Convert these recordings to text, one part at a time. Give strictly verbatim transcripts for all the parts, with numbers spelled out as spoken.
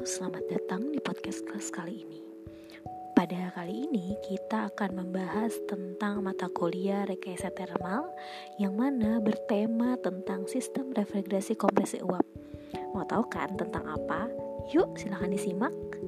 selamat datang di podcast kelas kali ini. Pada kali ini kita akan membahas tentang mata kuliah rekayasa termal yang mana bertema tentang sistem refrigerasi kompresi uap. Mau tahu kan tentang apa? Yuk silahkan disimak.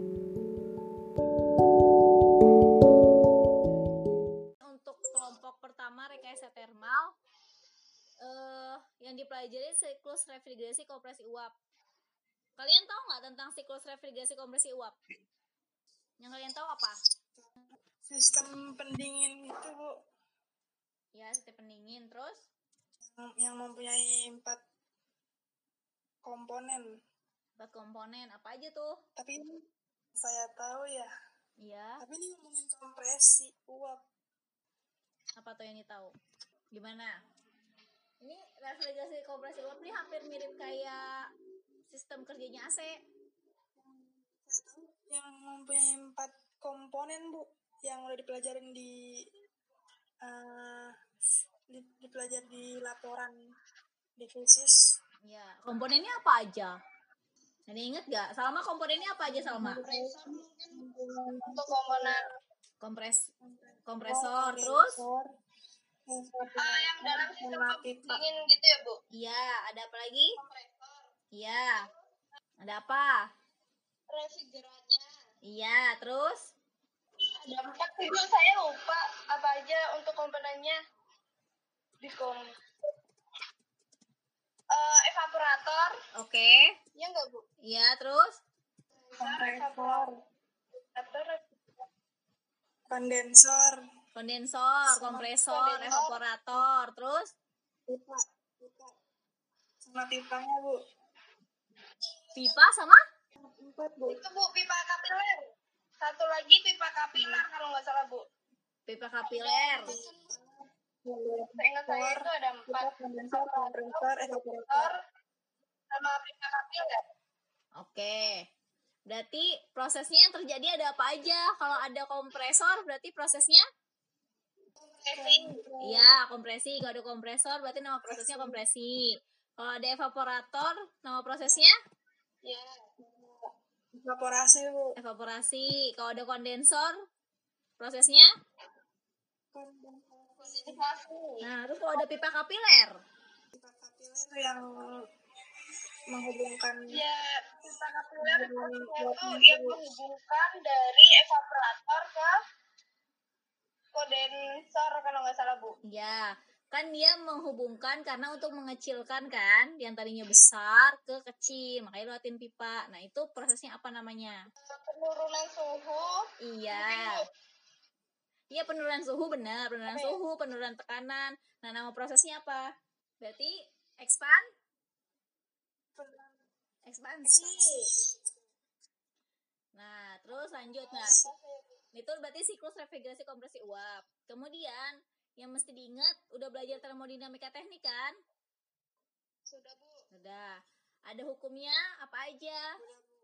Untuk kelompok pertama rekayasa termal uh, yang dipelajari siklus refrigerasi kompresi uap. Kalian tahu nggak tentang siklus refrigerasi kompresi uap? Yang kalian tahu apa? Sistem pendingin itu, Bu. Ya, sistem pendingin. Terus? Yang, yang mempunyai empat komponen. Empat komponen. Apa aja tuh? Tapi saya tahu ya. Iya. Tapi ini ngomongin kompresi uap. Apa tuh yang tahu? Gimana? Ini refrigerasi kompresi uap ini hampir mirip kayak sistem kerjanya A C. Saya tahu yang mempunyai empat komponen, Bu, yang udah dipelajarin di uh, di, dipelajari di laporan di fisis. Ya, komponennya apa aja? Ada inget gak? Salma, komponennya apa aja, Salma? Kompresor mungkin untuk komponen kompres kompresor, oh, terus uh, yang dalam sistem pendingin gitu ya, Bu? Iya, ada apa lagi? Kompresor. Iya. Ada apa? Refrigerannya. Iya, terus? Ada empat juga, saya lupa apa aja untuk komponennya. Di kom uh, evaporator. Oke. Okay. Iya enggak, Bu? Iya, terus? Kompresor. Kondensor. Kondensor, kompresor, kondensor, evaporator, terus? Pipa. Pipa. Sama pipanya, Bu. Pipa sama? Empat, Bu. Itu, Bu, pipa kapiler. Satu lagi pipa kapiler hmm. kalau nggak salah, Bu. Pipa kapiler. Seingat saya itu ada empat. Kondensor, kompresor, evaporator, sama pipa kapiler. Oke. Berarti prosesnya yang terjadi ada apa aja? Kalau ada kompresor, berarti prosesnya? Kompresi. Iya, kompresi. Kalau ada kompresor, berarti nama prosesnya kompresi. Kalau ada evaporator, nama prosesnya? Ya, evaporasi, Bu. Evaporasi. Kalau ada kondensor, prosesnya? Kondensasi. Nah, terus kalau ada pipa kapiler? Pipa kapiler itu yang menghubungkan. Ya, pipa kapiler itu yang menghubungkan dari evaporator ke kondensor kalau nggak salah, Bu. Iya. Kan dia menghubungkan karena untuk mengecilkan kan yang tadinya besar ke kecil, makanya lewatin pipa. Nah, itu prosesnya apa namanya? Penurunan suhu. Iya. Iya, penurunan suhu benar, penurunan okay. suhu, penurunan tekanan. Nah, nama prosesnya apa? Berarti expand? Ekspansi. Nah, terus lanjut nah. Itu berarti siklus refrigerasi kompresi uap. Kemudian yang mesti diingat, udah belajar termodinamika teknik kan? Sudah, Bu. Sudah. Ada hukumnya apa aja?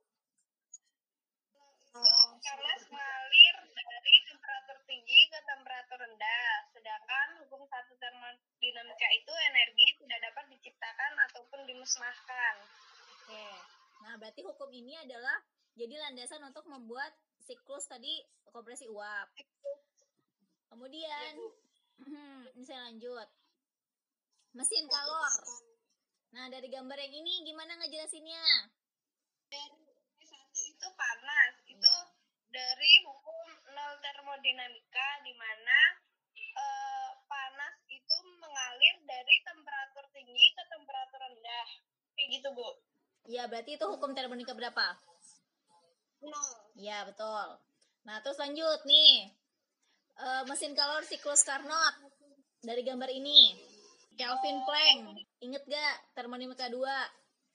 Itu panas mengalir dari temperatur tinggi ke temperatur rendah. Sedangkan hukum satu termodinamika itu energi tidak dapat diciptakan ataupun dimusnahkan. Oke. Nah, berarti hukum ini adalah jadi landasan untuk membuat siklus tadi kompresi uap. Kemudian ya, Hmm, ini saya lanjut. Mesin kalor. Nah, dari gambar yang ini gimana ngejelasinnya? Dari satu itu panas. Itu dari hukum nol termodinamika di mana eh, panas itu mengalir dari temperatur tinggi ke temperatur rendah. Kayak gitu, Bu. Iya, berarti itu hukum termodinamika berapa? Nol. Iya, betul. Nah, terus lanjut nih. Uh, mesin kalor siklus Carnot dari gambar ini. Kelvin Planck, inget gak termodinamika dua?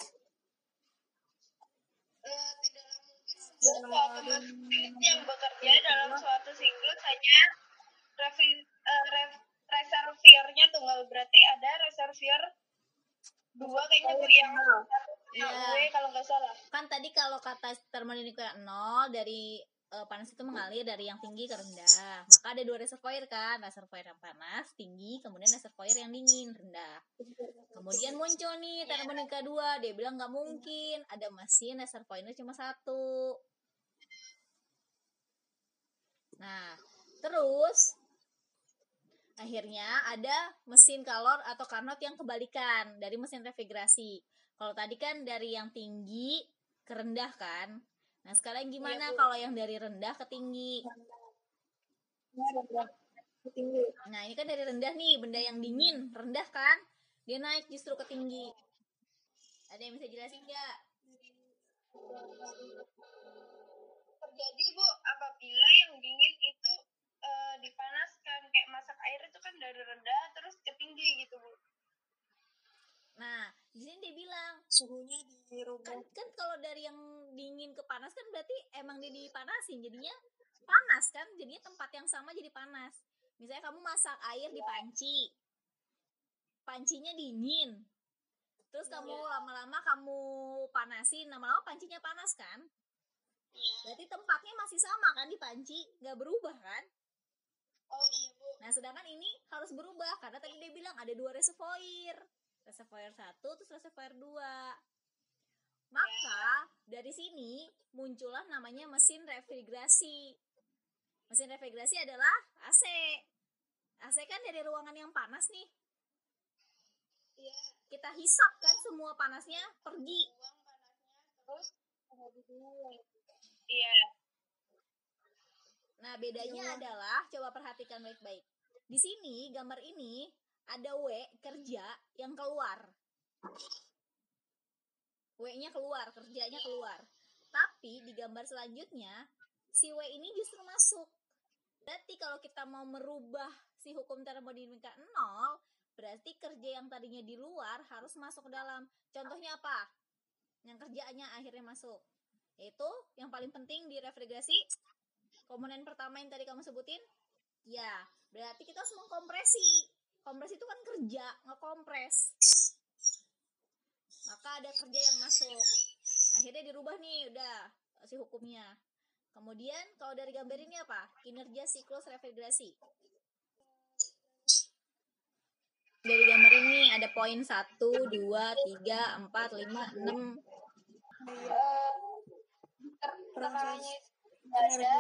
Uh, tidaklah mungkin suatu mesin yang bekerja dalam suatu siklus hanya revi, uh, ref, reservoirnya tunggal. Berarti ada reservoir dua kayaknya, Bu, yang ya. Kalau nggak salah. Kan tadi kalau kata termodinamika nol dari Uh, panas itu mengalir dari yang tinggi ke rendah. Maka ada dua reservoir kan, reservoir yang panas tinggi, kemudian reservoir yang dingin rendah. Kemudian Kemudian muncul nih termodinamika dua, dia bilang nggak mungkin, ada mesin reservoirnya cuma satu. Nah, terus akhirnya ada mesin Carnot atau Carnot yang kebalikan dari mesin refrigerasi. Kalau tadi kan dari yang tinggi ke rendah kan. Nah, sekarang gimana ya, kalau yang dari rendah ke tinggi? Nah, ini kan dari rendah nih, benda yang dingin, rendah kan? Dia naik justru ke tinggi. Ada yang bisa jelasin nggak? Terjadi, Bu, apabila yang dingin itu e, dipanaskan, kayak masak air itu kan dari rendah terus ke tinggi gitu, Bu. Nah, di sini dia bilang suhunya dirubah. Kan, kan kalau dari yang dingin ke panas kan berarti emang dia dipanasin, jadinya panas kan? Jadinya tempat yang sama jadi panas. Misalnya kamu masak air di panci, pancinya dingin, terus kamu lama-lama kamu panasin, lama-lama pancinya panas kan? Berarti tempatnya masih sama kan di panci, nggak berubah kan? Oh iya, Bu. Nah, sedangkan ini harus berubah karena tadi dia bilang ada dua reservoir, reservoir satu terus reservoir dua. Maka dari sini muncullah namanya mesin refrigerasi. Mesin refrigerasi adalah A C. A C kan dari ruangan yang panas nih. Iya. Kita hisap kan semua panasnya pergi. Buang panasnya terus iya. Nah, bedanya ya. adalah coba perhatikan baik-baik. Di sini gambar ini ada W kerja yang keluar. W-nya keluar, kerjanya keluar. Tapi di gambar selanjutnya si W ini justru masuk. Berarti kalau kita mau merubah si hukum termodinamika nol, berarti kerja yang tadinya di luar harus masuk ke dalam. Contohnya apa? Yang kerjanya akhirnya masuk. Yaitu yang paling penting di refrigerasi, komponen pertama yang tadi kamu sebutin, ya berarti kita harus mengkompresi. Kompresi itu kan kerja, ngekompres. Maka ada kerja yang masuk. Akhirnya dirubah nih, udah si hukumnya. Kemudian kalau dari gambar ini apa? Kinerja siklus refrigerasi. Dari gambar ini ada poin satu, dua, tiga, empat, lima, enam. Pertanyaannya ada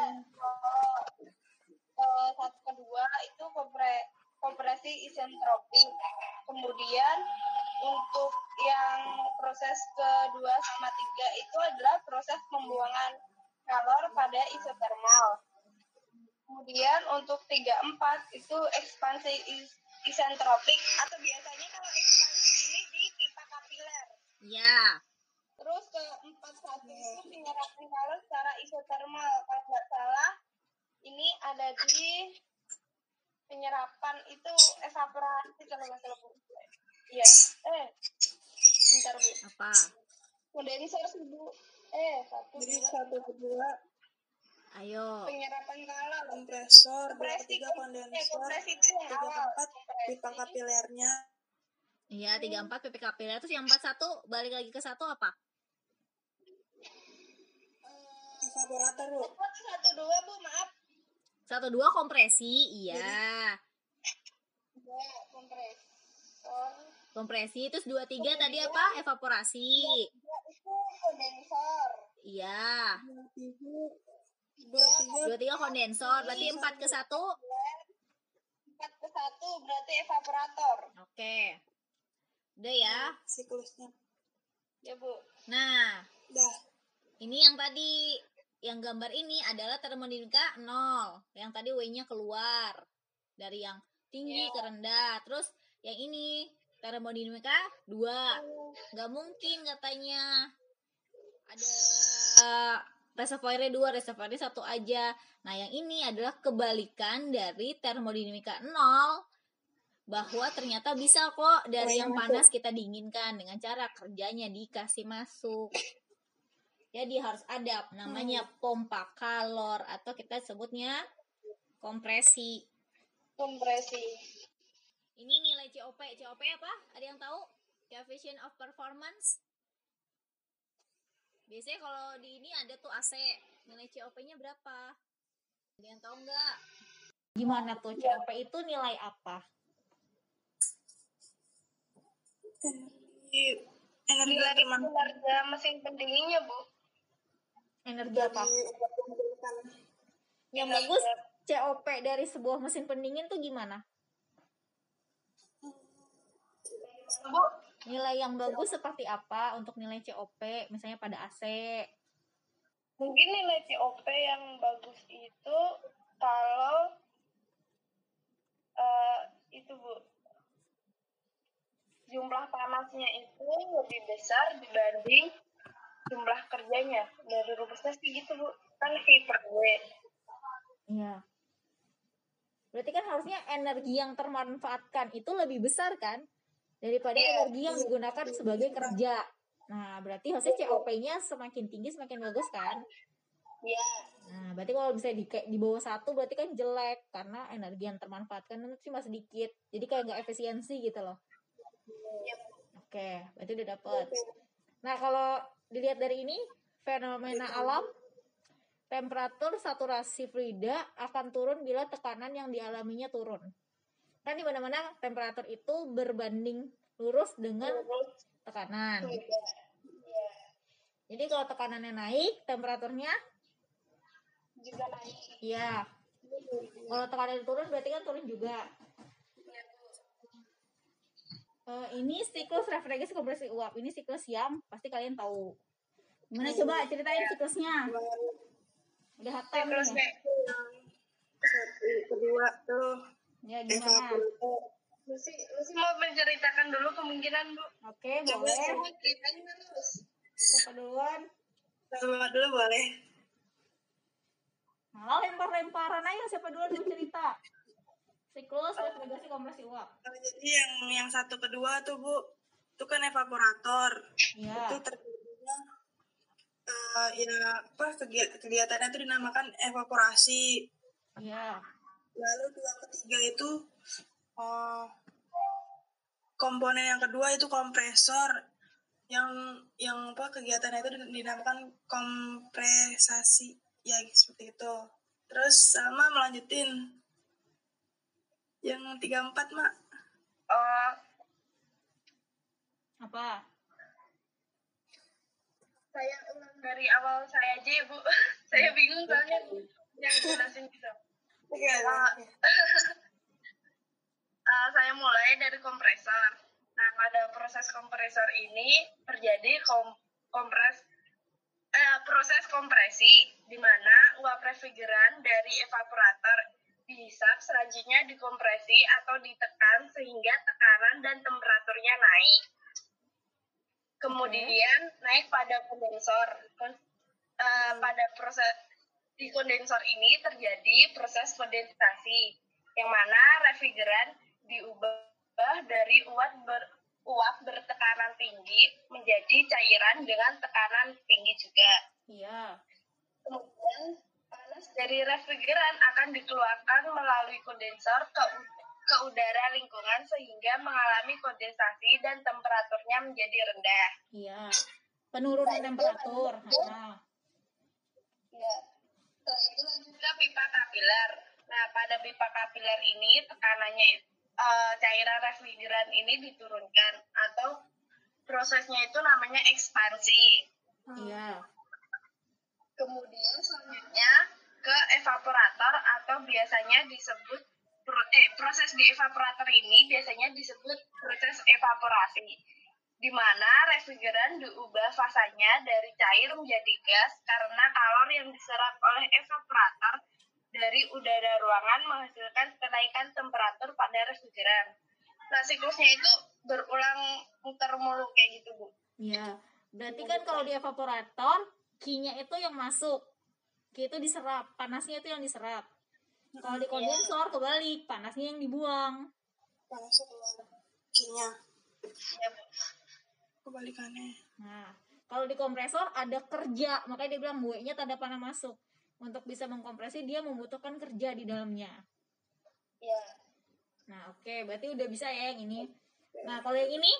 uh, satu kedua itu kompre, kompresi isentropik. Kemudian untuk yang proses kedua sama tiga itu adalah proses pembuangan kalor pada isotermal. Kemudian untuk tiga empat itu ekspansi is, isentropik atau biasanya kalau ekspansi ini di pipa kapiler. Ya. Terus ke empat satu itu penyerapan kalor secara isotermal. Kalau nggak salah ini ada di penyerapan itu evaporasi kalau nggak salah, Bu. Iya. Eh, bentar, Bu. Apa? Kondensor sih, Bu. Eh, satu, Jadi dua. satu kedua. Ayo. Penyerapan kalor. Kompresor, dua Kompresi, ketiga kondensor, kompresi itu yang tiga awal. keempat pipa kapilernya. Iya, tiga empat P P kapiler. Terus yang empat satu balik lagi ke satu apa? Evaporator, Bu. Satu dua, Bu, maaf. Satu dua kompresi, iya. Ya, kompresor. Kompresi, terus dua tiga tadi apa? Evaporasi. Dua itu kondensor. Iya. Dua tiga. Dua tiga kondensor, berarti empat ke satu. Empat ke satu berarti evaporator. Oke. Udah ya. Siklusnya. Ya, Bu. Nah, Dah. ini yang tadi, yang gambar ini adalah termodinamika nol. Yang tadi W-nya keluar dari yang tinggi Yeah. ke rendah. Terus yang ini termodinamika dua. Nggak mungkin katanya ada reservoirnya dua, reservoirnya satu aja. Nah, yang ini adalah kebalikan dari termodinamika nol, bahwa ternyata bisa kok dari yang panas kita dinginkan dengan cara kerjanya dikasih masuk. Jadi harus ada namanya pompa kalor atau kita sebutnya kompresi. Kompresi. Ini nilai C O P. C O P apa? Ada yang tahu? Coefficient of performance. Biasanya kalau di ini ada tuh A C. Nilai C O P-nya berapa? Ada yang tahu nggak? Gimana tuh C O P itu nilai apa? Energi energi Nilai teman kinerja mesin pendinginnya, Bu. Energi apa? dari kan Yang bagus C O P dari sebuah mesin pendingin tuh gimana? Bu, Nilai yang bagus seperti apa untuk nilai C O P, misalnya pada A C? mungkin nilai C O P yang bagus itu kalau uh, itu, Bu, jumlah panasnya itu lebih besar dibanding jumlah kerjanya. Dari rumusnya sih gitu, Bu. Kan V per W. Iya. Berarti kan harusnya energi yang termanfaatkan itu lebih besar kan daripada Iya. energi yang digunakan sebagai kerja. Nah, berarti harusnya C O P-nya semakin tinggi semakin bagus kan? Iya. Nah, berarti kalau bisa di, di bawah satu berarti kan jelek karena energi yang termanfaatkan itu cuma sedikit. Jadi kayak nggak efisiensi gitu loh. Yep. Oke, berarti udah dapet. Nah, kalau dilihat dari ini, fenomena alam, temperatur saturasi fluida akan turun bila tekanan yang dialaminya turun. Kan di mana-mana temperatur itu berbanding lurus dengan tekanan. Iya. Jadi kalau tekanannya naik, temperaturnya Juga naik. iya. Kalau tekanannya turun berarti kan turun juga. Uh, ini siklus refrigerasi kompresi uap. Ini siklus yang pasti kalian tahu. Gimana hmm. coba ceritain siklusnya? Udah hatam nih. Siklusnya satu kedua tuh. Ya gimana? Lu sih, lu sih mau menceritakan dulu kemungkinan, Bu. Oke, Coba boleh. Coba ceritain dulu. Siapa duluan? Sama dulu boleh. Nah, lempar-lemparan aja siapa duluan mau cerita. Siklus refrigerasi kompresi uap. Jadi yang yang satu kedua tuh, Bu, itu kan evaporator. Ya. Itu terjadinya uh, ya apa kegiatan kegiatannya itu dinamakan evaporasi. Iya. Lalu dua ketiga itu uh, komponen yang kedua itu kompresor. Yang yang apa kegiatannya itu dinamakan kompresasi. Ya seperti itu. Terus sama melanjutin yang tiga empat, Mak. Oh. Apa? Saya ulang dari awal saya aja ya, Bu. Saya bingung soalnya yang jelasin gitu. Oke. Okay, uh, uh, saya mulai dari kompresor. Nah, pada proses kompresor ini terjadi kom kompres uh, proses kompresi di mana uap refrigeran dari evaporator dihisap, selanjutnya dikompresi atau ditekan sehingga tekanan dan temperaturnya naik. Kemudian okay. naik pada kondensor. Kon- uh, pada proses di kondensor ini terjadi proses kondensasi, yang mana refrigeran diubah dari uap ber, uap bertekanan tinggi menjadi cairan dengan tekanan tinggi juga. Iya. Kemudian panas dari refrigeran akan dikeluarkan melalui kondensor ke, ke udara lingkungan sehingga mengalami kondensasi dan temperaturnya menjadi rendah. Iya. Penurunan temperatur. Nah. Ya. Setelah itu lanjut ke pipa kapiler. Nah, pada pipa kapiler ini tekanannya uh, cairan refrigeran ini diturunkan atau prosesnya itu namanya ekspansi. Iya. Kemudian selanjutnya ke evaporator atau biasanya disebut eh proses di evaporator ini biasanya disebut proses evaporasi, di mana refrigeran diubah fasanya dari cair menjadi gas karena kalor yang diserap oleh evaporator dari udara ruangan menghasilkan kenaikan temperatur pada refrigeran. Nah, siklusnya itu berulang muter mulu kayak gitu, Bu. Iya. Berarti kan kalau di evaporator Q-nya itu yang masuk, Q itu diserap, panasnya itu yang diserap. Kalau di kondensor kebalik, panasnya yang dibuang. Panasnya keluar, Q-nya. Ya, kebalikannya. Nah, kalau di kompresor ada kerja, makanya dia bilang W-nya tanda panah masuk. Untuk bisa mengkompresi dia membutuhkan kerja di dalamnya. Iya. Nah, oke, okay. Berarti udah bisa ya yang ini. Nah, kalau yang ini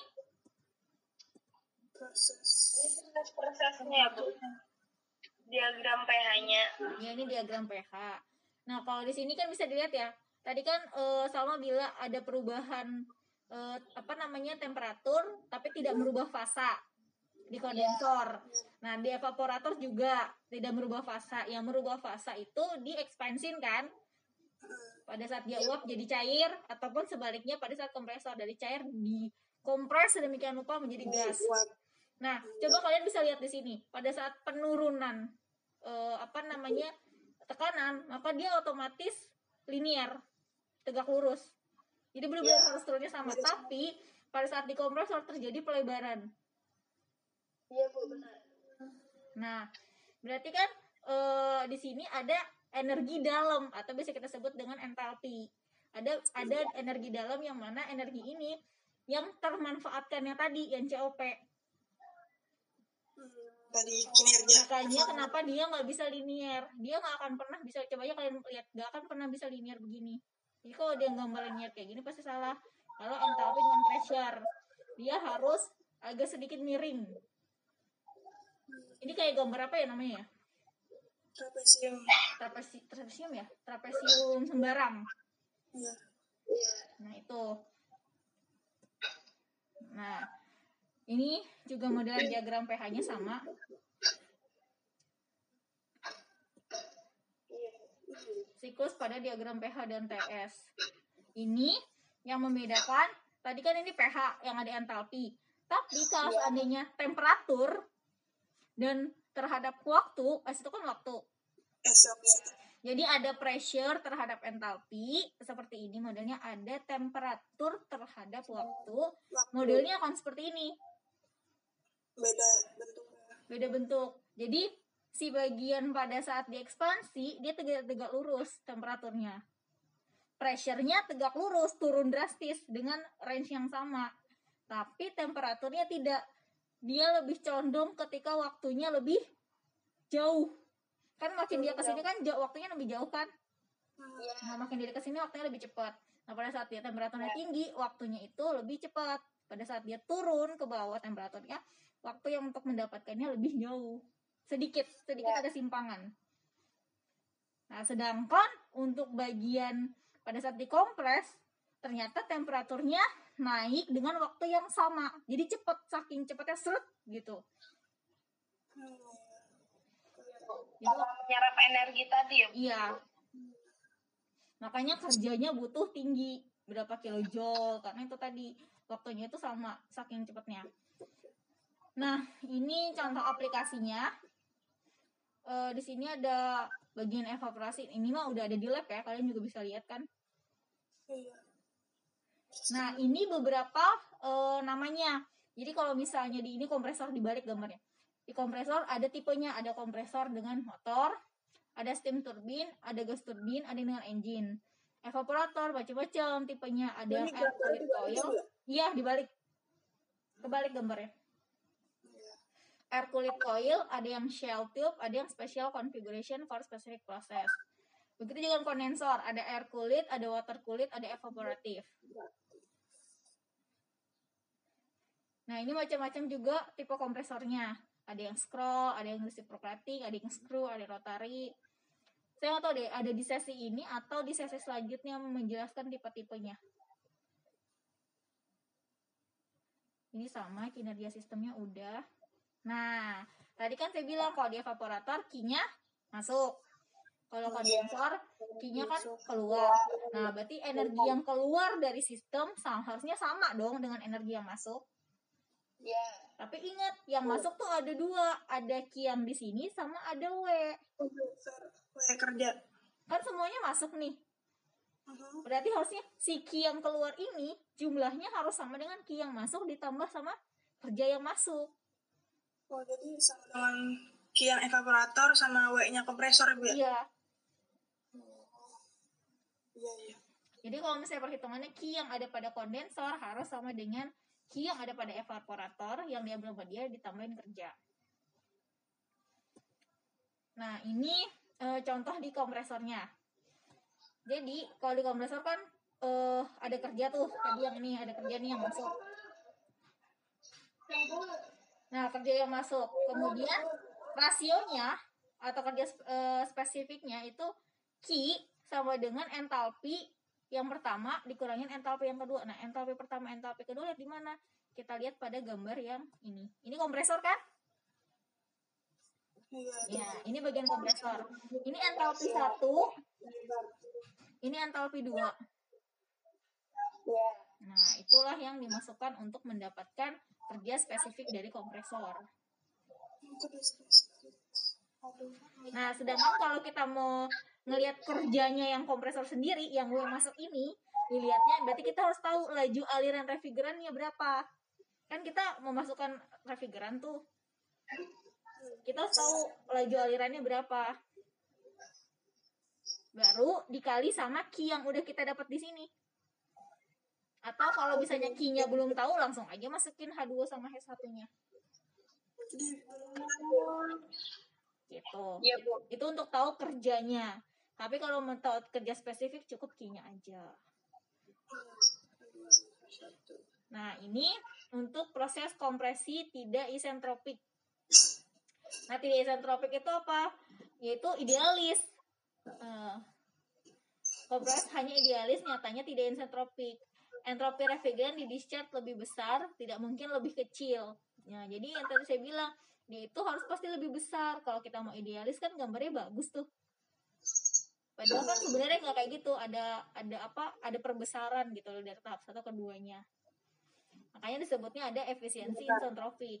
proses. Ini proses prosesnya, Bu. Diagram pH-nya. Ya, ini diagram pH. Nah, kalau di sini kan bisa dilihat ya. Tadi kan uh, Salma bilang ada perubahan uh, apa namanya temperatur tapi tidak merubah fasa di kondensor. Nah, di evaporator juga tidak merubah fasa. Yang merubah fasa itu diekspansin kan? Pada saat dia uap jadi cair, ataupun sebaliknya pada saat kompresor dari cair dikompres sedemikian rupa menjadi gas. Nah, coba kalian bisa lihat di sini. Pada saat penurunan uh, apa namanya tekanan, maka dia otomatis linear, tegak lurus. Jadi benar-benar harus turunnya sama. Tapi pada saat dikompresor terjadi pelebaran. Iya Bu, benar. Nah, berarti kan e, di sini ada energi dalam atau bisa kita sebut dengan entalpi. Ada ada energi dalam yang mana energi ini yang termanfaatkannya tadi yang C O P. Tadi kinerja. Makanya kenapa dia nggak bisa linear? Dia nggak akan pernah bisa. Coba aja kalian lihat, nggak akan pernah bisa linear begini. Jadi kalau dia gambar linear kayak gini pasti salah. Kalau entalpi dengan pressure, dia harus agak sedikit miring. Ini kayak gambar apa ya namanya ya? Trapesium. Trapesi, trapesium ya? Trapesium sembarang. Iya. Nah itu. Nah, ini juga model diagram pH-nya sama. Siklus pada diagram pH dan T S. Ini yang membedakan, tadi kan ini pH yang ada entalpi. Tapi kalau seandainya temperatur dan terhadap waktu, S itu kan waktu. Jadi ada pressure terhadap entalpi, seperti ini modelnya, ada temperatur terhadap waktu, modelnya akan seperti ini. Beda bentuk. Beda bentuk. Jadi si bagian pada saat diekspansi, dia tegak-tegak lurus temperaturnya. Pressure-nya tegak lurus, turun drastis dengan range yang sama. Tapi temperaturnya tidak. Dia lebih condong ketika waktunya lebih jauh. Kan makin dia kesini kan jauh, waktunya lebih jauh kan. Nah, makin dia kesini waktunya lebih cepat. Nah, pada saat dia temperaturnya tinggi, waktunya itu lebih cepat. Pada saat dia turun ke bawah temperaturnya, waktu yang untuk mendapatkannya lebih jauh. Sedikit, sedikit ada simpangan. Nah, sedangkan untuk bagian pada saat dikompres, ternyata temperaturnya naik dengan waktu yang sama. Jadi cepat, saking cepatnya seret gitu. Karena menyerap energi tadi ya? Iya. Makanya kerjanya butuh tinggi, berapa kilojoule, karena itu tadi waktunya itu sama, saking cepatnya. Nah, ini contoh aplikasinya. E, di sini ada bagian evaporasi. Ini mah udah ada di lab ya, kalian juga bisa lihat kan? Iya. Nah, ini beberapa e, namanya. Jadi kalau misalnya di ini kompresor dibalik gambarnya. Di kompresor ada tipenya, ada kompresor dengan motor, ada steam turbine, ada gas turbine, ada dengan engine. Evaporator macam-macam tipenya, ada yang air cooled coil. Iya, dibalik. Kebalik gambarnya. Air cooled coil, ada yang shell tube, ada yang special configuration for specific process. Begitu juga kondensor, ada air cooled, ada water cooled, ada evaporative. Nah, ini macam-macam juga tipe kompresornya. Ada yang scroll, ada yang reciprocating, ada yang screw, ada rotary. Saya nggak tahu deh, ada di sesi ini atau di sesi selanjutnya menjelaskan tipe-tipenya. Ini sama, kinerja sistemnya udah. Nah, tadi kan saya bilang kalau di evaporator key-nya masuk. Kalau kondensor key-nya kan keluar. Nah, berarti energi yang keluar dari sistem harusnya sama dong dengan energi yang masuk. Iya. Tapi ingat, yang masuk tuh ada dua, ada key yang di sini sama ada W. W kerja. Kan semuanya masuk nih. Berarti harusnya si key yang keluar ini jumlahnya harus sama dengan key yang masuk ditambah sama kerja yang masuk. Oh, jadi sama dengan key yang evaporator sama W-nya kompresor ya, Bu? Iya. Iya, iya. Jadi kalau misalnya perhitungannya key yang ada pada kondensor harus sama dengan key yang ada pada evaporator yang dia belum dia ditambahin kerja. Nah, ini e, contoh di kompresornya. Jadi kalau di kompresor kan e, ada kerja tuh, tadi yang ini ada kerja nih yang masuk. Nah, kerja yang masuk. Kemudian rasionya atau kerja e, spesifiknya itu key sama dengan entalpi yang pertama dikurangin entalpi yang kedua. Nah, entalpi pertama, entalpi kedua lihat di mana? Kita lihat pada gambar yang ini. Ini kompresor kan? Ya, ini bagian kompresor. Ini entalpi satu, ini entalpi dua. Nah, itulah yang dimasukkan untuk mendapatkan kerja spesifik dari kompresor. Nah, sedangkan kalau kita mau ngelihat kerjanya yang kompresor sendiri, yang gue masuk ini, dilihatnya berarti kita harus tahu laju aliran refrigerannya berapa. Kan kita memasukkan refrigeran tuh. Kita harus tahu laju alirannya berapa. Baru dikali sama key yang udah kita dapat di sini. Atau kalau misalnya key-nya belum tahu, langsung aja masukin H dua sama H satu-nya. Gitu. Ya, Bu. Itu untuk tahu kerjanya. Tapi kalau mau tahu kerja spesifik cukup key-nya aja. Nah, ini untuk proses kompresi tidak isentropik. Nah, tidak isentropik itu apa? Yaitu idealis. Uh, kompres hanya idealis, nyatanya tidak isentropik. Entropi refrigeran di discharge lebih besar, tidak mungkin lebih kecil. Nah, jadi yang tadi saya bilang, dia itu harus pasti lebih besar. Kalau kita mau idealis kan gambarnya bagus tuh. Padahal kan sebenarnya nggak kayak gitu. Ada ada apa? Ada perbesaran gitu dari tahap satu ke duanya. Makanya disebutnya ada efisiensi isentropik.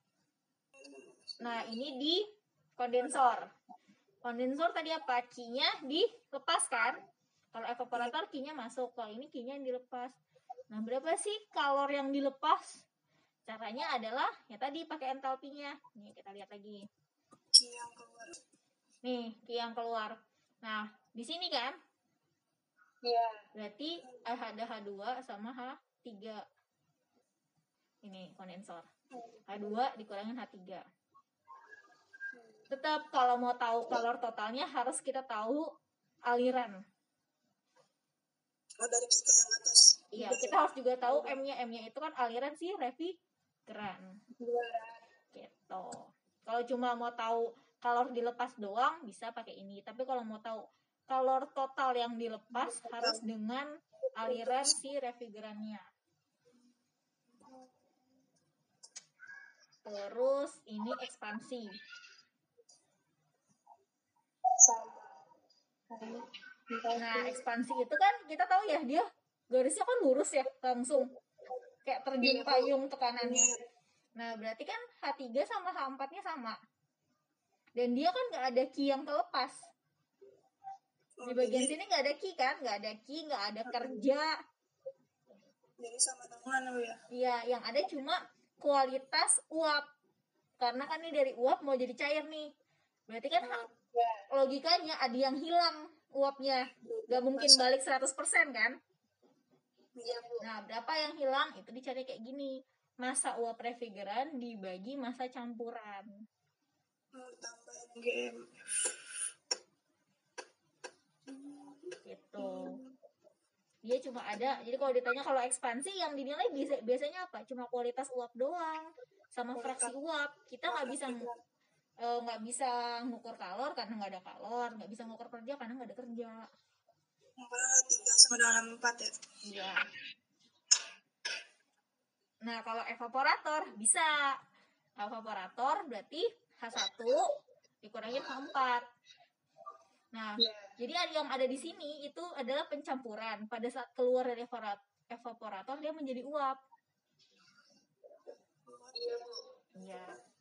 Nah, ini di kondensor. Kondensor tadi apa? Key-nya dilepaskan. Kalau evaporator key-nya masuk. Kalau ini key-nya yang dilepas. Nah, berapa sih kalor yang dilepas? Caranya adalah ya tadi pakai entalpinya. Nih, kita lihat lagi. Key yang keluar. Nih, key yang keluar. Nah, di sini kan? Iya. Berarti ada H dua sama H tiga. Ini kondensor. H dua dikurangin H tiga. Tetap kalau mau tahu kalor totalnya harus kita tahu aliran. Oh, dari kita yang atas. Iya, kita harus juga tahu M-nya. M-nya itu kan aliran sih refrigeran. Gitu. Kalau cuma mau tahu kalor dilepas doang bisa pakai ini. Tapi kalau mau tahu kalor total yang dilepas harus dengan aliran si refrigerannya. Terus ini ekspansi. Nah, ekspansi itu kan kita tahu ya, dia garisnya kan lurus ya, langsung kayak terjun payung tekanannya. Nah, berarti kan H tiga sama H empat-nya sama. Dan dia kan nggak ada key yang terlepas. Di bagian sini nggak ada key kan, nggak ada key, nggak ada kerja. Jadi sama dengan ya? Iya, yang ada cuma kualitas uap. Karena kan ini dari uap mau jadi cair nih. Berarti kan logikanya ada yang hilang uapnya. Gak mungkin balik seratus persen kan? Nah, berapa yang hilang? Itu dicari kayak gini. Massa uap refrigeran dibagi massa campuran. Tambah G M. Gitu. Dia cuma ada, jadi kalau ditanya kalau ekspansi yang dinilai biasanya apa? Cuma kualitas uap doang sama fraksi uap. Kita nggak bisa nggak e, bisa ngukur kalor karena nggak ada kalor, nggak bisa ngukur kerja karena nggak ada kerja. Karena tiga sama dengan empat ya. Iya. Nah, kalau evaporator bisa. Evaporator berarti H satu dikurangin H empat. Nah, yeah. Jadi yang ada di sini itu adalah pencampuran. Pada saat keluar dari evaporator dia menjadi uap. Iya.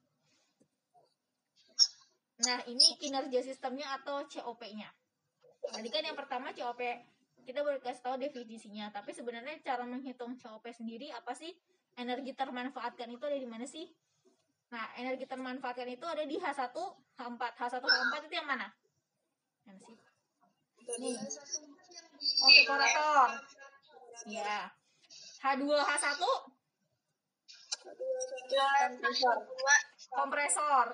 Nah, ini kinerja sistemnya atau C O P-nya. Tadi kan yang pertama C O P kita baru kasih tahu definisinya, tapi sebenarnya cara menghitung C O P sendiri apa sih? Energi termanfaatkan itu ada di mana sih? Nah, energi termanfaatkan itu ada di H satu H empat. H satu H empat itu yang mana? Mana sih? Nih. Oh, evaporator. Ya. H dua H satu kompresor.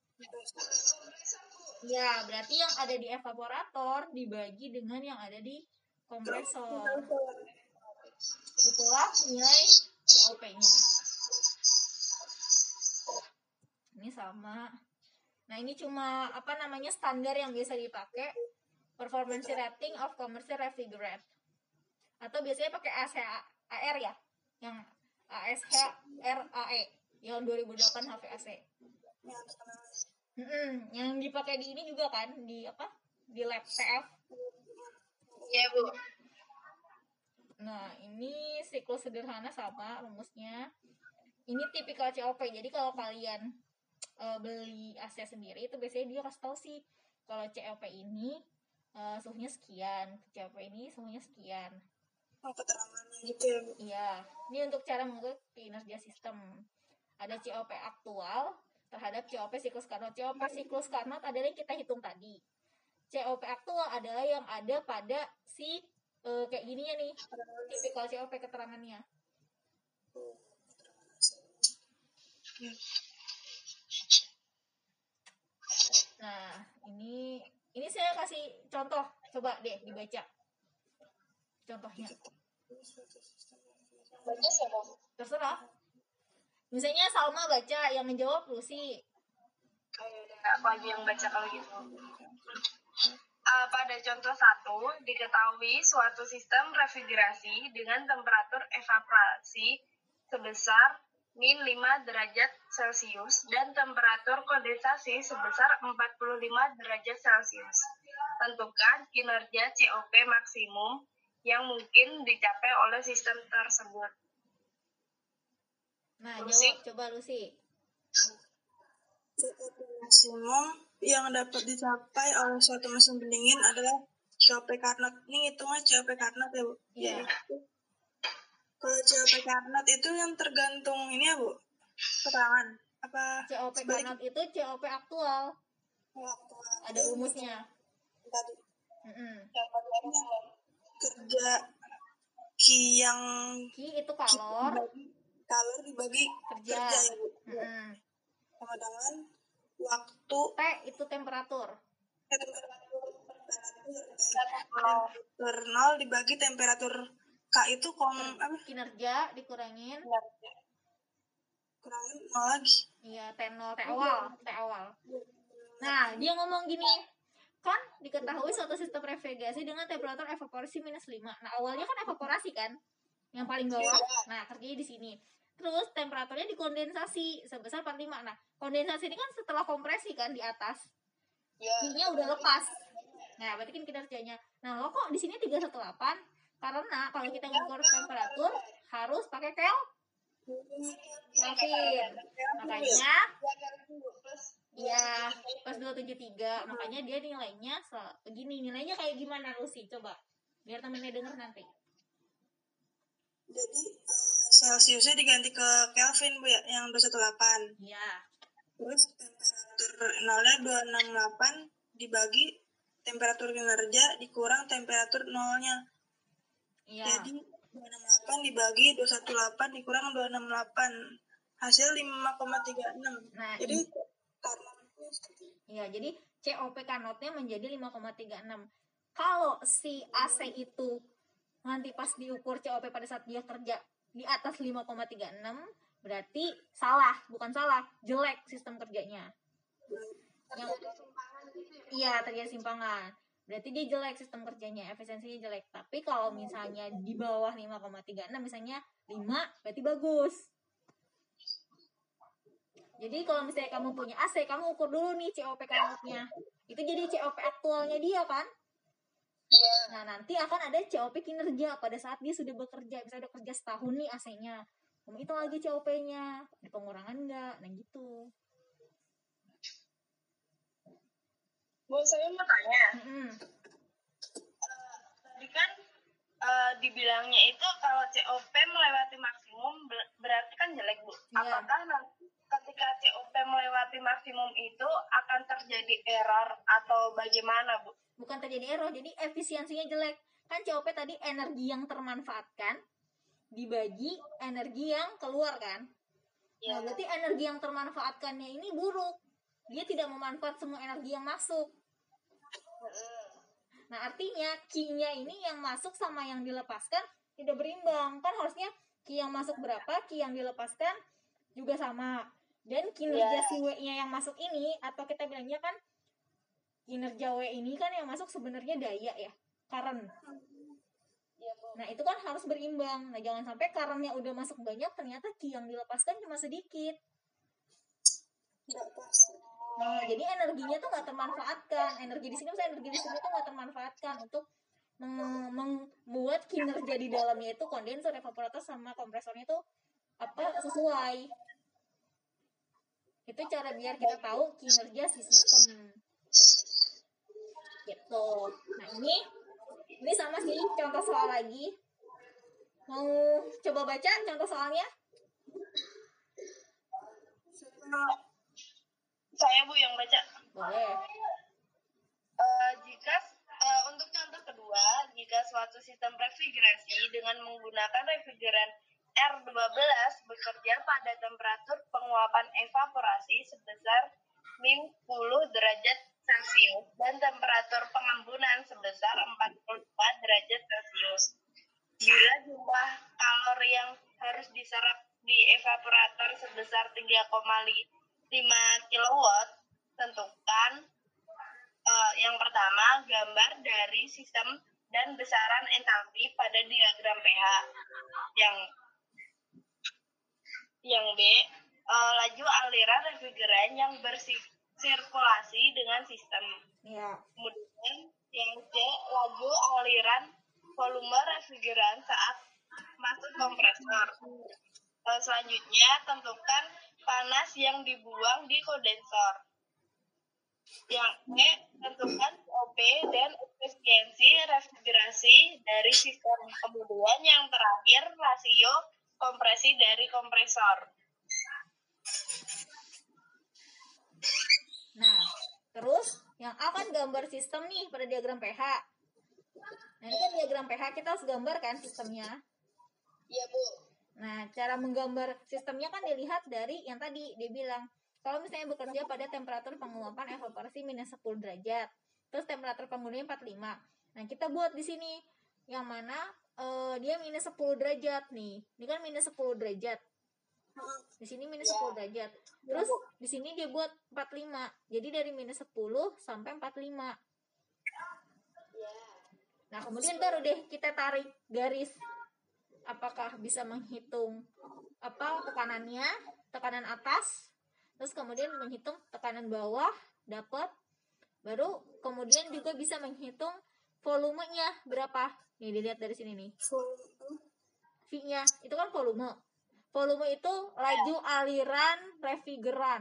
Ya, berarti yang ada di evaporator dibagi dengan yang ada di kompresor. Itulah nilai C O P-nya. Ini sama. Nah, ini cuma apa namanya standar yang biasa dipakai. Performance rating of commercial refrigerant. atau biasanya pakai A S H A R ya, yang A S H R A E yang dua ribu delapan H V A C. Mm-mm, yang dipakai di ini juga kan, di apa, di lab T F. Iya Bu. Nah ini siklus sederhana sama rumusnya. Ini tipikal C O P. Jadi kalau kalian uh, beli A C sendiri itu biasanya dia kasih tahu sih kalau C O P ini uh, suhunya sekian, C O P ini suhunya sekian. Oh, keterangannya gitu ya Bu. Iya, ini untuk cara mengukur kinerja sistem. Ada C O P aktual terhadap C O P siklus Carnot. C O P siklus Carnot adalah yang kita hitung tadi. C O P aktual adalah yang ada pada si uh, kayak gininya nih, tipikal C O P keterangannya. Nah, ini ini saya kasih contoh, coba deh dibaca contohnya. Baca siapa? Terserah. Misalnya Salma baca, yang menjawab Lucy. Ayo deh, aku aja yang baca kalau gitu. Uh, pada contoh satu, diketahui suatu sistem refrigerasi dengan temperatur evaporasi sebesar min lima derajat Celcius dan temperatur kondensasi sebesar empat puluh lima derajat Celcius. Tentukan kinerja C O P maksimum yang mungkin dicapai oleh sistem tersebut. Nah, Lucy? jawab coba Lucy. C O P maksimum yang dapat dicapai oleh suatu mesin pendingin adalah C O P Carnot. Ini hitungnya C O P Carnot ya Bu? Iya. Kalau C O P Carnot itu yang tergantung ini ya Bu? Keterangan? Apa C O P Carnot itu C O P aktual. Waktu Ada rumusnya. tadi. Mm-mm. Kerja Ki yang Ki itu kalor, dibagi, kalor dibagi kerja. kerja ya Bu? Mm-mm. Sama dengan waktu T itu temperatur. eh, temperatur temperatur nol dibagi temperatur K itu kom apa? Kinerja dikurangin. Kurangin nol lagi. Iya, T nol, T awal, T awal. Nah, dia ngomong gini, kan diketahui suatu sistem refrigerasi dengan temperatur evaporasi minus lima. Nah, awalnya kan evaporasi kan, yang paling bawah. Nah, kerjanya di sini. Terus temperaturnya dikondensasi sebesar empat puluh lima. Nah, kondensasi ini kan setelah kompresi kan di atas. Q-nya udah lepas. Nah, berarti kan kinerjanya. Nah, lo kok di sini tiga ratus delapan belas? Karena kalau kita ngukur temperatur harus pakai kel Kelvin. Makanya iya, plus dua ratus tujuh puluh tiga. Makanya dia nilainya begini. Nilainya kayak gimana Lucy? Coba biar temennya denger nanti. Jadi uh, Celsiusnya diganti ke Kelvin Bu ya, yang dua ratus delapan belas. Iya. Terus temperatur nolnya dua ratus enam puluh delapan dibagi temperatur kinerja dikurang temperatur nolnya. Iya. Jadi dua ratus enam puluh delapan dibagi dua ratus delapan belas dikurang dua ratus enam puluh delapan. Hasil lima koma tiga enam. Nah, jadi i- Iya, jadi C O P Carnotnya menjadi lima koma tiga enam. Kalau si A C itu nanti pas diukur C O P pada saat dia kerja di atas lima koma tiga enam, berarti salah, bukan salah, jelek sistem kerjanya. Yang iya, terjadi simpangan. Berarti dia jelek sistem kerjanya, efisiensinya jelek. Tapi kalau misalnya di bawah lima koma tiga enam, misalnya lima, berarti bagus. Jadi kalau misalnya kamu punya A C, kamu ukur dulu nih C O P Carnotnya. Itu jadi C O P aktualnya dia kan? Iya. Nah, nanti akan ada C O P kinerja pada saat dia sudah bekerja. Misalnya udah kerja setahun nih A C-nya. Kamu hitung lagi C O P-nya. Ada pengurangan nggak? Nah, gitu. Bu, saya mau tanya. Mm-mm. Uh, tadi kan uh, dibilangnya itu kalau C O P melewati maksimum ber- berarti kan jelek, Bu. Iya. Apakah nanti ketika C O P melewati maksimum itu akan terjadi error atau bagaimana, Bu? Bukan terjadi error, jadi efisiensinya jelek. Kan C O P tadi energi yang termanfaatkan dibagi energi yang keluar kan? Ya. Nah, berarti energi yang termanfaatkannya ini buruk. Dia tidak memanfaat semua energi yang masuk. Nah, artinya Q-nya ini yang masuk sama yang dilepaskan tidak berimbang. Kan harusnya Q yang masuk berapa, Q yang dilepaskan juga sama. Dan kinerja Yeah. si W-nya yang masuk ini, atau kita bilangnya kan kinerja W ini kan yang masuk sebenarnya daya ya, current. Nah itu kan harus berimbang. Nah jangan sampai karangnya udah masuk banyak ternyata Ki yang dilepaskan cuma sedikit. Nggak pas. Nah jadi energinya tuh nggak termanfaatkan. Energi di sini maksudnya energi di sini tuh nggak termanfaatkan untuk meng- membuat kinerja di dalamnya itu kondensor, evaporator sama kompresornya itu apa sesuai. Itu cara biar kita tahu kinerja si sistem. Gitu. Nah ini ini sama sih contoh soal lagi. Mau coba baca contoh soalnya? Saya Bu yang baca. Boleh. Eh, jika eh, untuk contoh kedua, jika suatu sistem refrigerasi dengan menggunakan refrigeran R dua belas bekerja pada temperatur penguapan evaporasi sebesar minus sepuluh derajat Celcius dan temperatur pengembunan sebesar empat puluh empat derajat Celcius. Bila jumlah kalori yang harus diserap di evaporator sebesar tiga koma lima kilowatt, tentukan uh, yang pertama gambar dari sistem dan besaran entalpi pada diagram pH. Yang yang B, uh, laju aliran refrigeran yang bersirkulasi dengan sistem. Ya. Kemudian yang C, laju aliran volume refrigeran saat masuk kompresor. Uh, selanjutnya tentukan panas yang dibuang di kondensor. Yang E, tentukan C O P dan efisiensi refrigerasi dari sistem. Kemudian yang terakhir rasio kompresi dari kompresor. Nah, terus yang A kan gambar sistem nih pada diagram pH. Nah, ini kan diagram pH kita harus gambar kan sistemnya. Iya, Bu. Nah, cara menggambar sistemnya kan dilihat dari yang tadi dia bilang kalau misalnya bekerja pada temperatur penguapan evaporasi minus sepuluh derajat, terus temperatur penggunanya empat puluh lima. Nah, kita buat di sini yang mana uh, dia minus sepuluh derajat nih. Ini kan minus sepuluh derajat. Di sini minus sepuluh derajat. Terus di sini dia buat empat puluh lima. Jadi dari minus sepuluh sampai empat puluh lima. Nah, kemudian baru deh kita tarik garis. Apakah bisa menghitung apa tekanannya, tekanan atas, terus kemudian menghitung tekanan bawah, dapat. Baru kemudian juga bisa menghitung volumenya berapa. Nih dilihat dari sini nih. V-nya itu kan volume. Volume itu laju aliran refrigeran.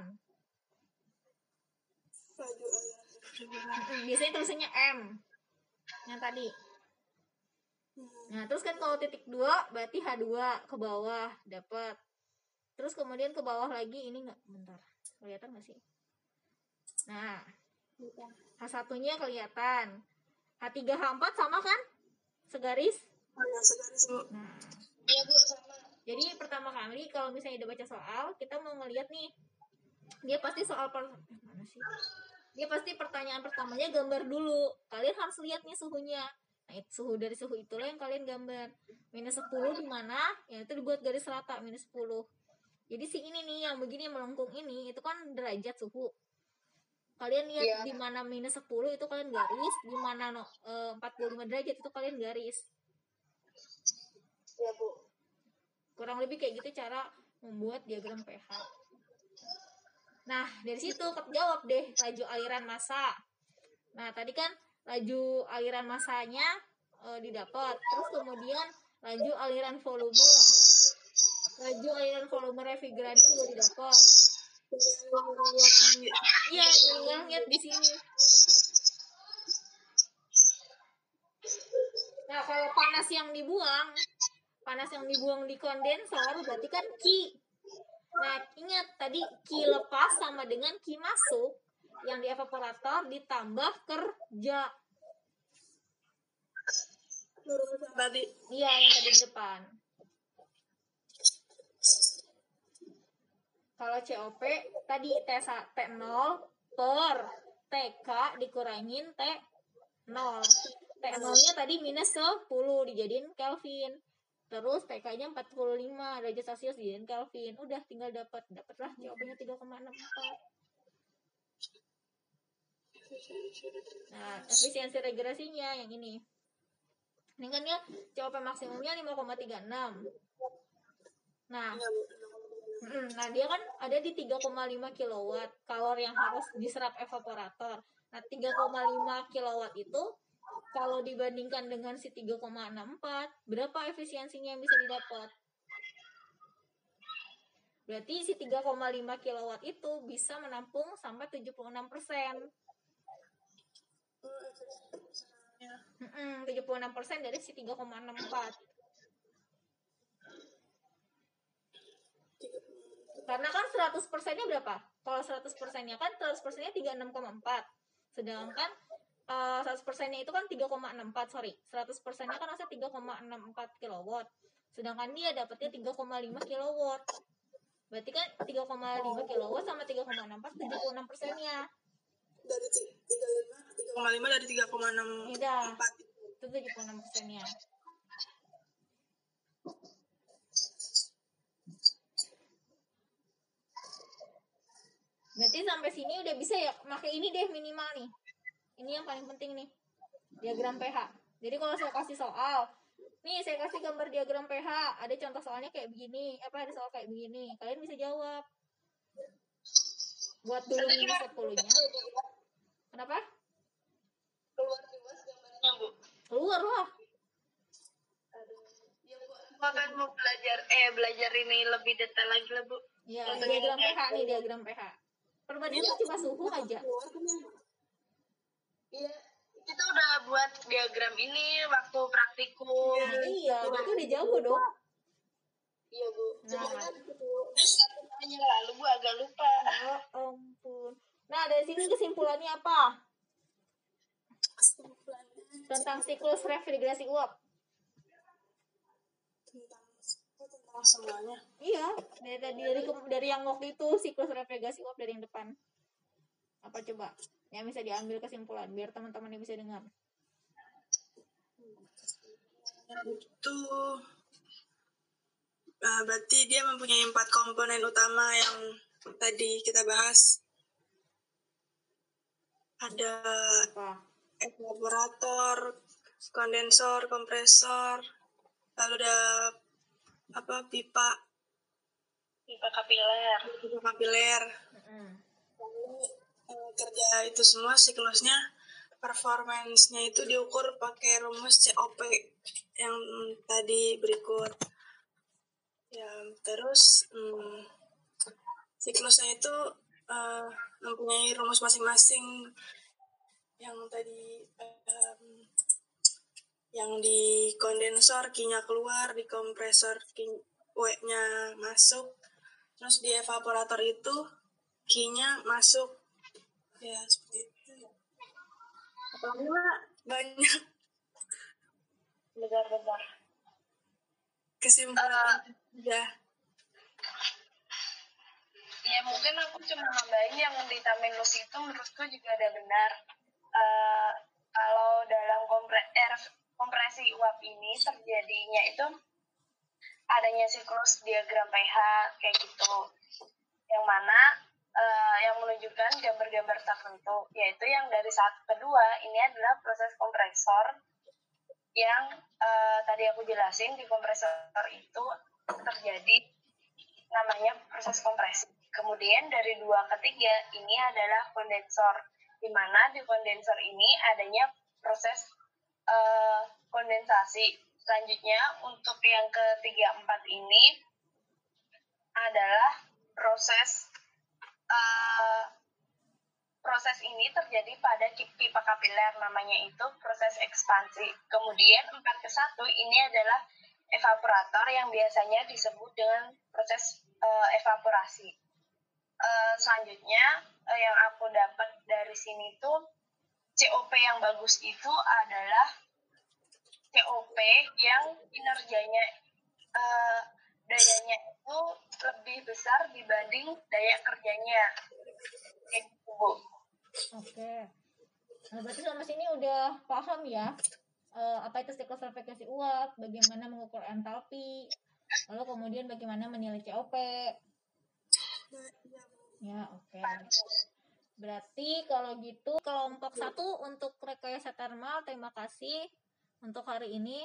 Laju aliran refrigeran. Hmm, biasanya tulisannya M. Yang tadi. Nah, terus kan kalau titik dua berarti H dua ke bawah dapat. Terus kemudian ke bawah lagi ini enggak bentar. Kelihatan enggak sih? Nah, H satu-nya kelihatan. H tiga H empat sama kan? Segaris? Oh ya, segaris, Bu. Nah, Iya, Bu, sama. jadi pertama kali kalau misalnya udah baca soal, kita mau ngeliat nih. Dia pasti soal per... eh, mana sih? Dia pasti pertanyaan pertamanya gambar dulu. Kalian harus lihat nih suhunya. Nah, suhu dari suhu itulah yang kalian gambar. Minus sepuluh di mana? Ya itu dibuat garis rata minus sepuluh. Jadi si ini nih yang begini melengkung ini itu kan derajat suhu. Kalian lihat Yeah. di mana minus sepuluh itu kalian garis, di mana no, e, empat puluh lima derajat itu kalian garis. Iya, Bu. Kurang lebih kayak gitu cara membuat diagram pH. Nah, dari situ kejawab deh laju aliran massa. Nah, tadi kan laju aliran massanya e, didapat. Terus kemudian laju aliran volume. Laju aliran volume refrigeran juga didapat. Iya, tinggal lihat di sini. Nah, kalau panas yang dibuang, panas yang dibuang di kondensor berarti kan Q. Nah, ingat tadi Q lepas sama dengan Q masuk yang di evaporator ditambah kerja. Tadi. Iya, yang tadi di depan. Kalau C O P tadi T nol per T K dikurangin T nol. T nol-nya tadi minus sepuluh dijadiin Kelvin. Terus T K-nya empat puluh lima derajat Celcius dijadiin Kelvin. Udah tinggal dapat. Dapatlah C O P-nya tiga koma enam empat. Nah, efisiensi regresinya yang ini. Ini kan ya C O P maksimumnya lima koma tiga enam. Nah, nah dia kan ada di tiga koma lima kilowatt kalor yang harus diserap evaporator. Nah, tiga koma lima kilowatt itu kalau dibandingkan dengan si tiga koma enam empat, berapa efisiensinya yang bisa didapat? Berarti si tiga koma lima kilowatt itu bisa menampung sampai tujuh puluh enam persen. Hmm, tujuh puluh enam persen dari si tiga koma enam empat. Karena kan seratus persennya berapa? Kalau seratus persennya kan seratus persennya tiga puluh enam koma empat. Sedangkan uh, seratus persennya itu kan tiga koma enam empat, sorry. seratus persennya kan harusnya tiga koma enam empat kilowatt. Sedangkan dia dapatnya tiga koma lima kilowatt. Berarti kan tiga koma lima kilowatt sama tiga koma enam empat, tujuh puluh enam persennya. Dari tiga koma lima dari tiga koma enam empat. Itu tujuh puluh enam persennya. Berarti sampai sini udah bisa ya, pakai ini deh minimal nih. Ini yang paling penting nih, diagram pH. Jadi kalau saya kasih soal, nih saya kasih gambar diagram pH, ada contoh soalnya kayak begini, apa ada soal kayak begini, kalian bisa jawab. Buat dulu mini sepuluh-nya. Kenapa? Keluar juga gambarnya, Bu. Keluar lah. Ya, Bu. Akan mau belajar eh belajar ini lebih detail lagi lah, Bu. Ya, diagram pH nih, diagram pH. Perbandingan ya, cuma suhu aja. Iya, kita udah buat diagram ini waktu praktikum. Nah, iya, berarti udah jauh dong. Iya, Bu. Nah, kan satu tahun lalu Bu agak lupa. Oh ampun. Nah, dari sini kesimpulannya apa? Kesimpulannya tentang siklus refrigerasi uap. Tentang tentang semuanya. Iya, dari dari dari, dari yang waktu itu siklus refrigerasi uap dari yang depan. Apa coba? Yang bisa diambil kesimpulan biar teman-teman bisa dengar. Itu nah, berarti dia mempunyai empat komponen utama yang tadi kita bahas. Ada apa? Evaporator, kondensor, kompresor, lalu ada apa pipa, pipa kapiler, pipa kapiler. Mm-hmm. Lalu eh, kerja itu semua siklusnya, performance-nya itu diukur pakai rumus C O P yang tadi berikut. Ya, terus hmm, siklusnya itu uh, mempunyai rumus masing-masing yang tadi um, yang di kondensor Q-nya keluar, di kompresor W-nya masuk, terus di evaporator itu Q-nya masuk. Ya, seperti itu. Apalagi banyak. Benar-benar. Kesimpulan uh, ya. Ya mungkin aku cuma nambahin yang di Taminus itu menurutku juga ada benar. Uh, kalau dalam kompre- er, kompresi uap ini terjadinya itu adanya siklus diagram pH kayak gitu, yang mana uh, yang menunjukkan gambar-gambar tertentu, yaitu yang dari satu ke dua ini adalah proses kompresor yang uh, tadi aku jelasin. Di kompresor itu terjadi namanya proses kompresi. Kemudian dari dua ke tiga ini adalah kondensor, di mana di kondensor ini adanya proses uh, kondensasi. Selanjutnya untuk yang ketiga empat ini adalah proses uh, proses ini terjadi pada pipa kapiler, namanya itu proses ekspansi. Kemudian empat ke satu ini adalah evaporator yang biasanya disebut dengan proses uh, evaporasi. Uh, selanjutnya uh, yang aku dapat dari sini tuh C O P yang bagus itu adalah C O P yang kinerjanya uh, dayanya itu lebih besar dibanding daya kerjanya. Kayak gitu, Bu. Oke. Nah, berarti selama sini udah paham ya uh, apa itu siklus refrigerasi uap, bagaimana mengukur entalpi, lalu kemudian bagaimana menilai C O P. Ya, oke. Okay. Berarti kalau gitu kelompok satu untuk rekayasa thermal, terima kasih. untuk hari ini.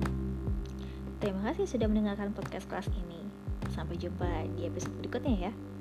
Terima kasih sudah mendengarkan podcast kelas ini. Sampai jumpa di episode berikutnya ya.